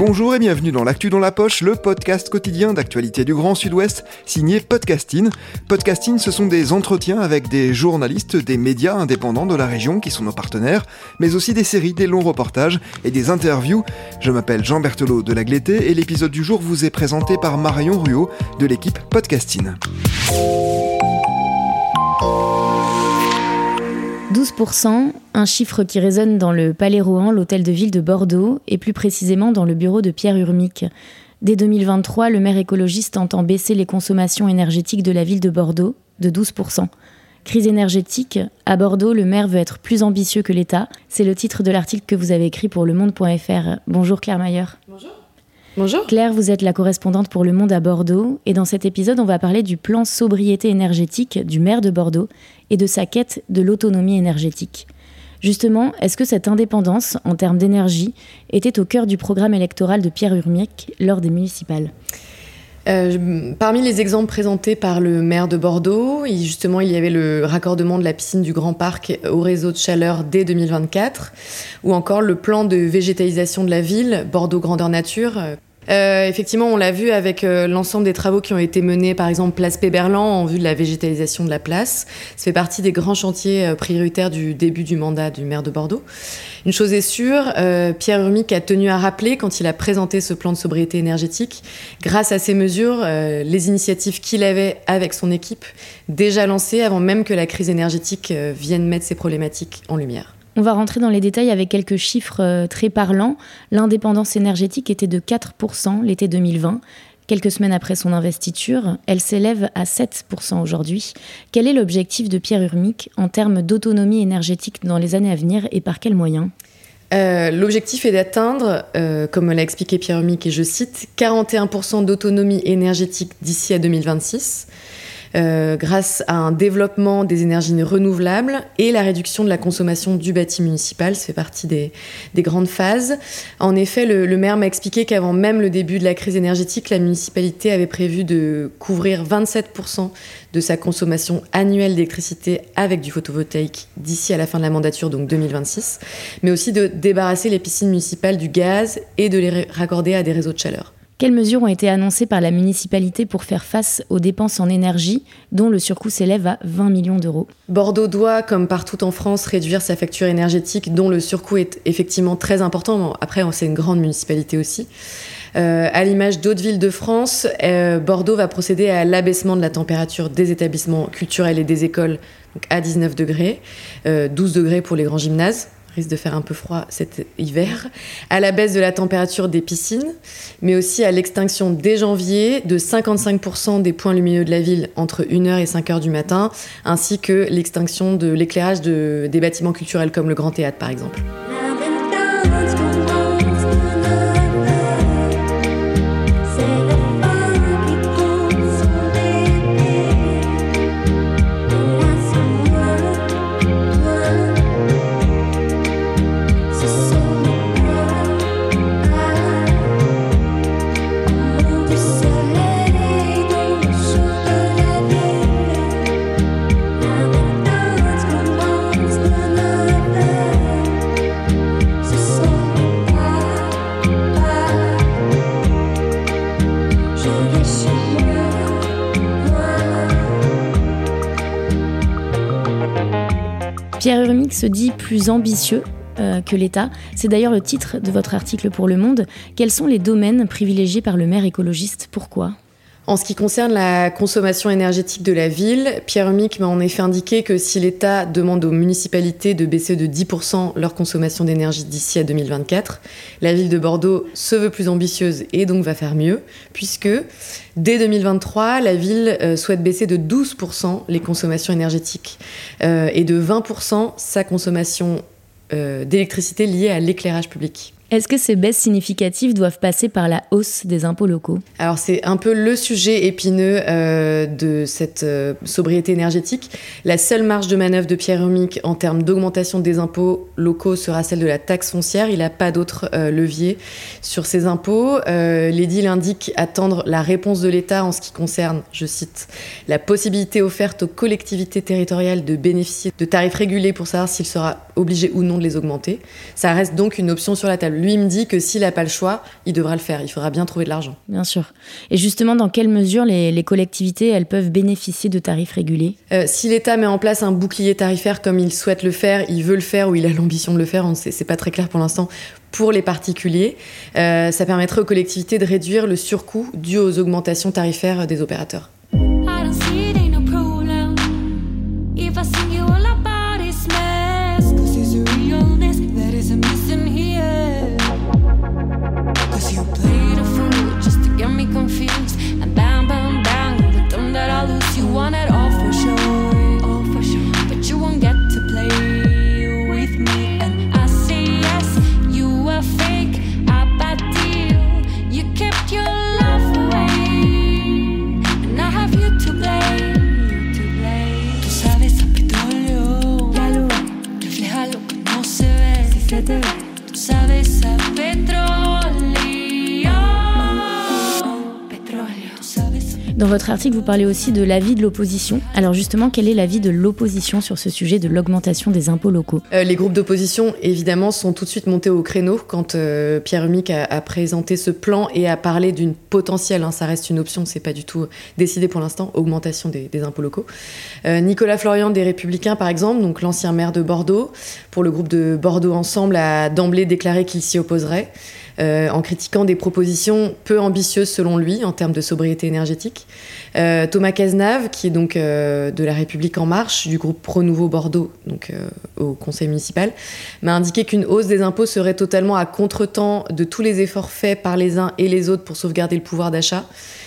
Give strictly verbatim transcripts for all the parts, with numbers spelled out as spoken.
Bonjour et bienvenue dans l'Actu dans la poche, le podcast quotidien d'actualité du Grand Sud-Ouest, signé Podcasting. Podcasting, ce sont des entretiens avec des journalistes, des médias indépendants de la région qui sont nos partenaires, mais aussi des séries, des longs reportages et des interviews. Je m'appelle Jean Berthelot de Lagleté et l'épisode du jour vous est présenté par Marion Ruot de l'équipe Podcasting. douze pour cent, un chiffre qui résonne dans le Palais Rohan, l'hôtel de ville de Bordeaux, et plus précisément dans le bureau de Pierre Urmic. Dès deux mille vingt-trois, le maire écologiste entend baisser les consommations énergétiques de la ville de Bordeaux de douze pour cent. Crise énergétique, à Bordeaux, le maire veut être plus ambitieux que l'État. C'est le titre de l'article que vous avez écrit pour le monde point f r. Bonjour Claire Mayer. Bonjour. Bonjour. Claire, vous êtes la correspondante pour Le Monde à Bordeaux et dans cet épisode, on va parler du plan sobriété énergétique du maire de Bordeaux et de sa quête de l'autonomie énergétique. Justement, est-ce que cette indépendance en termes d'énergie était au cœur du programme électoral de Pierre Urmic lors des municipales ? Euh, parmi les exemples présentés par le maire de Bordeaux, il, justement, il y avait le raccordement de la piscine du Grand Parc au réseau de chaleur dès deux mille vingt-quatre, ou encore le plan de végétalisation de la ville, Bordeaux Grandeur Nature. Euh, effectivement, on l'a vu avec euh, l'ensemble des travaux qui ont été menés, par exemple Place Péberlan, en vue de la végétalisation de la place. Ça fait partie des grands chantiers euh, prioritaires du début du mandat du maire de Bordeaux. Une chose est sûre, euh, Pierre Urmic a tenu à rappeler, quand il a présenté ce plan de sobriété énergétique, grâce à ces mesures, euh, les initiatives qu'il avait avec son équipe, déjà lancées avant même que la crise énergétique euh, vienne mettre ces problématiques en lumière. On va rentrer dans les détails avec quelques chiffres très parlants. L'indépendance énergétique était de quatre pour cent l'été deux mille vingt. Quelques semaines après son investiture, elle s'élève à sept pour cent aujourd'hui. Quel est l'objectif de Pierre Urmic en termes d'autonomie énergétique dans les années à venir et par quels moyens ? Euh, l'objectif est d'atteindre, euh, comme l'a expliqué Pierre Urmic, et je cite, quarante et un pour cent d'autonomie énergétique d'ici à deux mille vingt-six. Euh, grâce à un développement des énergies renouvelables et la réduction de la consommation du bâti municipal. Ça fait partie des, des grandes phases. En effet, le, le maire m'a expliqué qu'avant même le début de la crise énergétique, la municipalité avait prévu de couvrir vingt-sept pour cent de sa consommation annuelle d'électricité avec du photovoltaïque d'ici à la fin de la mandature, donc deux mille vingt-six, mais aussi de débarrasser les piscines municipales du gaz et de les raccorder à des réseaux de chaleur. Quelles mesures ont été annoncées par la municipalité pour faire face aux dépenses en énergie, dont le surcoût s'élève à vingt millions d'euros ? Bordeaux doit, comme partout en France, réduire sa facture énergétique, dont le surcoût est effectivement très important. Après, c'est une grande municipalité aussi. Euh, à l'image d'autres villes de France, euh, Bordeaux va procéder à l'abaissement de la température des établissements culturels et des écoles donc à dix-neuf degrés, euh, douze degrés pour les grands gymnases. Risque de faire un peu froid cet hiver, à la baisse de la température des piscines, mais aussi à l'extinction dès janvier de cinquante-cinq pour cent des points lumineux de la ville entre une heure et cinq heures du matin, ainsi que l'extinction de l'éclairage de, des bâtiments culturels comme le Grand Théâtre par exemple. Pierre Urmic se dit plus ambitieux euh, que l'État. C'est d'ailleurs le titre de votre article pour Le Monde. Quels sont les domaines privilégiés par le maire écologiste ? Pourquoi ? En ce qui concerne la consommation énergétique de la ville, Pierre Urmic m'a en effet indiqué que si l'État demande aux municipalités de baisser de dix pour cent leur consommation d'énergie d'ici à deux mille vingt-quatre, la ville de Bordeaux se veut plus ambitieuse et donc va faire mieux, puisque dès deux mille vingt-trois, la ville euh, souhaite baisser de douze pour cent les consommations énergétiques euh, et de vingt pour cent sa consommation euh, d'électricité liée à l'éclairage public. Est-ce que ces baisses significatives doivent passer par la hausse des impôts locaux ? Alors c'est un peu le sujet épineux euh, de cette euh, sobriété énergétique. La seule marge de manœuvre de Pierre Urmic en termes d'augmentation des impôts locaux sera celle de la taxe foncière. Il n'a pas d'autre euh, levier sur ces impôts. Euh, l'édile indique attendre la réponse de l'État en ce qui concerne, je cite, la possibilité offerte aux collectivités territoriales de bénéficier de tarifs régulés pour savoir s'il sera obligé ou non de les augmenter. Ça reste donc une option sur la table. lui me dit que s'il n'a pas le choix, il devra le faire. Il faudra bien trouver de l'argent. Bien sûr. Et justement, dans quelle mesure les, les collectivités, elles peuvent bénéficier de tarifs régulés ? euh, Si l'État met en place un bouclier tarifaire comme il souhaite le faire, il veut le faire ou il a l'ambition de le faire, on sait, c'est pas très clair pour l'instant, pour les particuliers, euh, ça permettrait aux collectivités de réduire le surcoût dû aux augmentations tarifaires des opérateurs. Dans votre article, vous parlez aussi de l'avis de l'opposition. Alors justement, quel est l'avis de l'opposition sur ce sujet de l'augmentation des impôts locaux ? euh, Les groupes d'opposition, évidemment, sont tout de suite montés au créneau quand euh, Pierre Humic a, a présenté ce plan et a parlé d'une potentielle, hein, ça reste une option, c'est pas du tout décidé pour l'instant, augmentation des, des impôts locaux. Euh, Nicolas Florian des Républicains, par exemple, donc l'ancien maire de Bordeaux, pour le groupe de Bordeaux Ensemble, a d'emblée déclaré qu'il s'y opposerait. Euh, en critiquant des propositions peu ambitieuses selon lui en termes de sobriété énergétique. Euh, Thomas Cazenave, qui est donc euh, de La République En Marche, du groupe Pro-Nouveau Bordeaux, donc euh, au conseil municipal, m'a indiqué qu'une hausse des impôts serait totalement à contretemps de tous les efforts faits par les uns et les autres pour sauvegarder le pouvoir d'achat.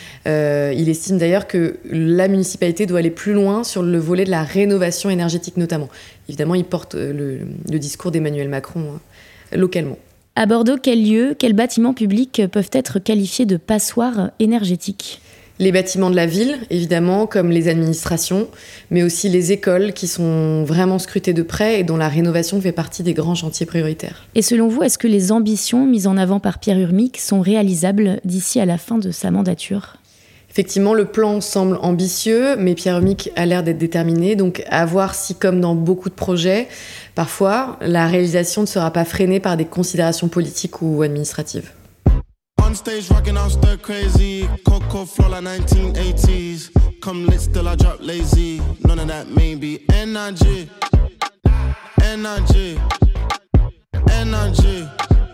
Euh, il estime d'ailleurs que la municipalité doit aller plus loin sur le volet de la rénovation énergétique notamment. Évidemment, il porte le, le discours d'Emmanuel Macron hein, localement. À Bordeaux, quels lieux, quels bâtiments publics peuvent être qualifiés de passoires énergétiques ? Les bâtiments de la ville, évidemment, comme les administrations, mais aussi les écoles qui sont vraiment scrutées de près et dont la rénovation fait partie des grands chantiers prioritaires. Et selon vous, est-ce que les ambitions mises en avant par Pierre Humic sont réalisables d'ici à la fin de sa mandature ? Effectivement, le plan semble ambitieux, mais Pierre Humic a l'air d'être déterminé. Donc, à voir si, comme dans beaucoup de projets, parfois, la réalisation ne sera pas freinée par des considérations politiques ou administratives. On stage rocking out stir crazy, Coco flow like nineteen eighties. Come lit still I drop lazy. None of that maybe. N I G, N I G, N I G.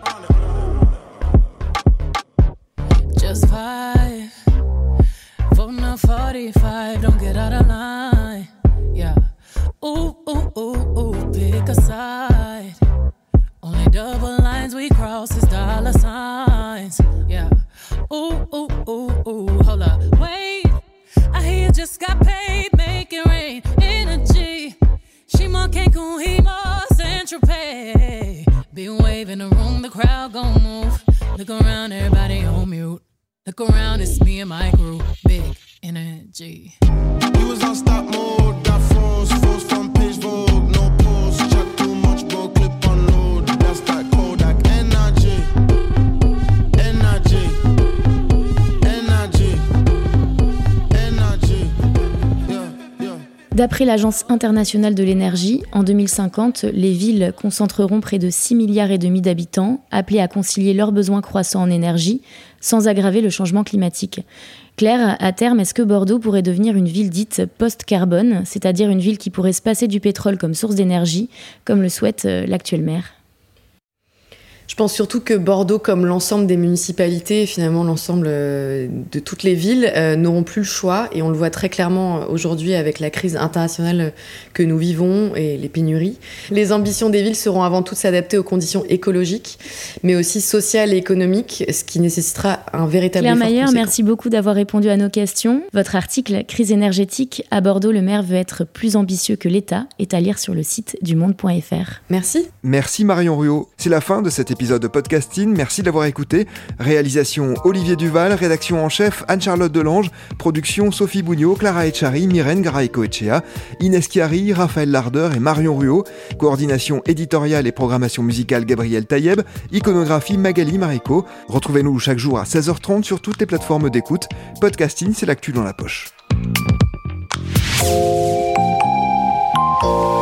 Just five. Voting on forty-five, don't get out of line. Yeah. Ooh, ooh, ooh, ooh, pick a side. Only double lines we cross is dollar signs. Yeah. Ooh, ooh, ooh, ooh, hold up, wait. I hear you just got paid, make it rain. Energy. She more Cancun, he more Central Pay. Been waving the room, the crowd gon' move. Look around, everybody on mute. Look around, it's me and my crew. Big energy. We was on stop mode, got froze, froze from page Vogue, no pause, chat too much, bro, clip on load. That's that Kodak energy, energy, energy, energy. Yeah, yeah. D'après l'Agence internationale de l'énergie, en deux mille cinquante, les villes concentreront près de six milliards et demi d'habitants, appelés à concilier leurs besoins croissants en énergie, sans aggraver le changement climatique. Claire, à terme, est-ce que Bordeaux pourrait devenir une ville dite post-carbone, c'est-à-dire une ville qui pourrait se passer du pétrole comme source d'énergie, comme le souhaite l'actuel maire ? Je pense surtout que Bordeaux, comme l'ensemble des municipalités, et finalement l'ensemble de toutes les villes, euh, n'auront plus le choix. Et on le voit très clairement aujourd'hui avec la crise internationale que nous vivons et les pénuries. Les ambitions des villes seront avant tout de s'adapter aux conditions écologiques, mais aussi sociales et économiques, ce qui nécessitera un véritable Claire effort Mayer, conséquent. Merci beaucoup d'avoir répondu à nos questions. Votre article « Crise énergétique, à Bordeaux, le maire veut être plus ambitieux que l'État » est à lire sur le site du monde point f r. Merci. Merci Marion Ruot. C'est la fin de cet épisode de Podcasting, merci de l'avoir écouté. Réalisation Olivier Duval, rédaction en chef Anne-Charlotte Delange, production Sophie Bougnot, Clara Echari, Myrène Garay-Coetchea, Inès Chiari, Raphaël Lardeur et Marion Ruot, coordination éditoriale et programmation musicale Gabriel Taïeb, iconographie Magali Marico. Retrouvez-nous chaque jour à seize heures trente sur toutes les plateformes d'écoute. Podcasting, c'est l'actu dans la poche.